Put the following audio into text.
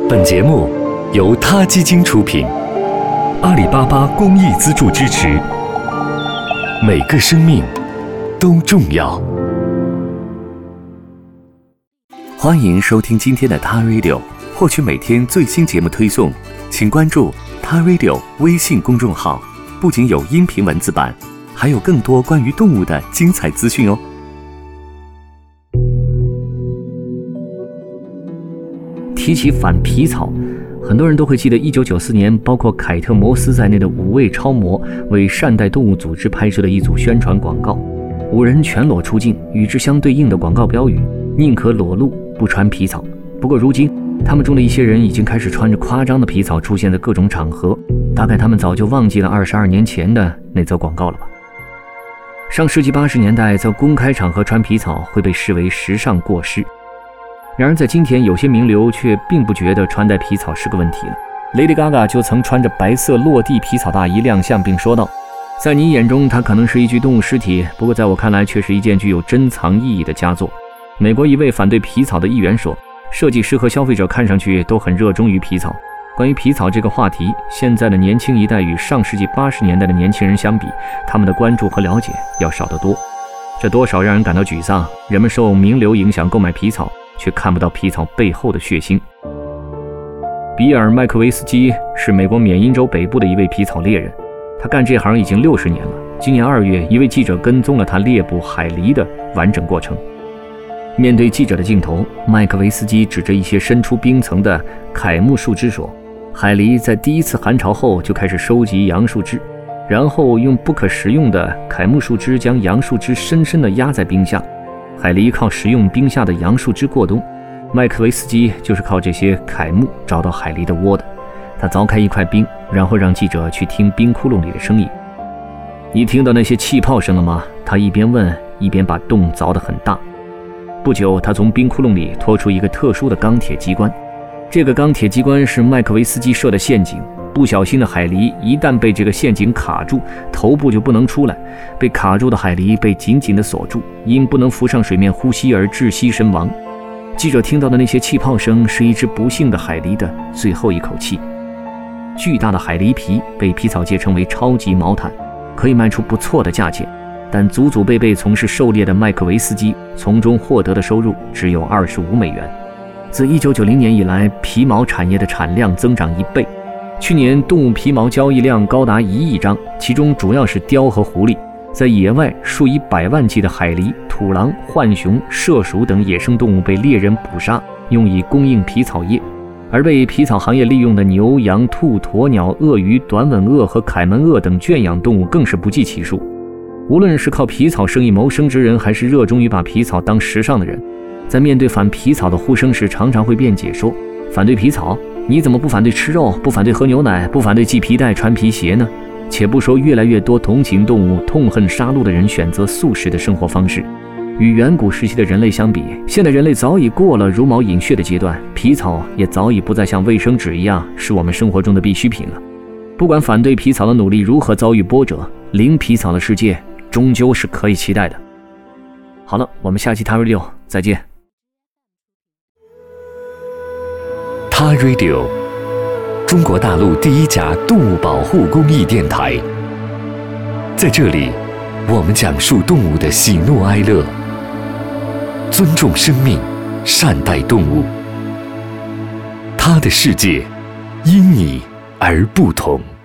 本节目由他基金出品，阿里巴巴公益资助支持。每个生命都重要。欢迎收听今天的他 Radio， 获取每天最新节目推送，请关注他 Radio 微信公众号，不仅有音频文字版，还有更多关于动物的精彩资讯哦。 提起反皮草，很多人都会记得1994年包括凯特·摩斯在内的5位超模为善待动物组织拍摄的一组宣传广告，5人全裸出镜，与之相对应的广告标语宁可裸露不穿皮草。不过如今他们中的一些人已经开始穿着夸张的皮草出现在各种场合，大概他们早就忘记了22年前的那则广告了吧。上世纪80年代在公开场合穿皮草会被视为时尚过时，然而在今天有些名流却并不觉得穿戴皮草是个问题了。 Lady Gaga 就曾穿着白色落地皮草大衣亮相，并说道，在你眼中它可能是一具动物尸体，不过在我看来却是一件具有珍藏意义的佳作。美国一位反对皮草的议员说，设计师和消费者看上去都很热衷于皮草。关于皮草这个话题，现在的年轻一代与上世纪80年代的年轻人相比，他们的关注和了解要少得多，这多少让人感到沮丧。人们受名流影响购买皮草，却看不到皮草背后的血腥。比尔·麦克维斯基是美国缅因州北部的一位皮草猎人，他干这行已经60年了。今年2月，一位记者跟踪了他猎捕海狸的完整过程。面对记者的镜头，麦克维斯基指着一些伸出冰层的楷木树枝说，海狸在第一次寒潮后就开始收集杨树枝，然后用不可食用的楷木树枝将杨树枝深深地压在冰下。海狸靠食用冰下的杨树枝过冬，麦克维斯基就是靠这些楷木找到海狸的窝的。他凿开一块冰，然后让记者去听冰窟窿里的声音。你听到那些气泡声了吗？他一边问，一边把洞凿得很大。不久，他从冰窟窿里拖出一个特殊的钢铁机关，这个钢铁机关是麦克维斯基设的陷阱。不小心的海狸一旦被这个陷阱卡住，头部就不能出来。被卡住的海狸被紧紧地锁住，因不能浮上水面呼吸而窒息身亡。记者听到的那些气泡声是一只不幸的海狸的最后一口气。巨大的海狸皮被皮草界称为超级毛毯，可以卖出不错的价钱，但祖祖辈辈从事狩猎的麦克维斯基从中获得的收入只有25美元。自1990年以来，皮毛产业的产量增长1倍。去年动物皮毛交易量高达1亿张，其中主要是貂和狐狸。在野外，数以百万计的海狸、土狼、浣熊、麝鼠等野生动物被猎人捕杀，用以供应皮草业。而被皮草行业利用的牛、羊、兔、鸵鸟、鳄鱼、短吻鳄和凯门鳄等圈养动物更是不计其数。无论是靠皮草生意谋生之人，还是热衷于把皮草当时尚的人，在面对反皮草的呼声时，常常会辩解说，反对皮草？你怎么不反对吃肉，不反对喝牛奶，不反对系皮带穿皮鞋呢？且不说越来越多同情动物、痛恨杀戮的人选择素食的生活方式。与远古时期的人类相比，现代人类早已过了茹毛饮血的阶段，皮草也早已不再像卫生纸一样是我们生活中的必需品了。不管反对皮草的努力如何遭遇波折，零皮草的世界终究是可以期待的。好了，我们下期 Ta Radio 再见。 他 Radio， 中国大陆第一家动物保护公益电台。在这里，我们讲述动物的喜怒哀乐，尊重生命，善待动物。他的世界因你而不同。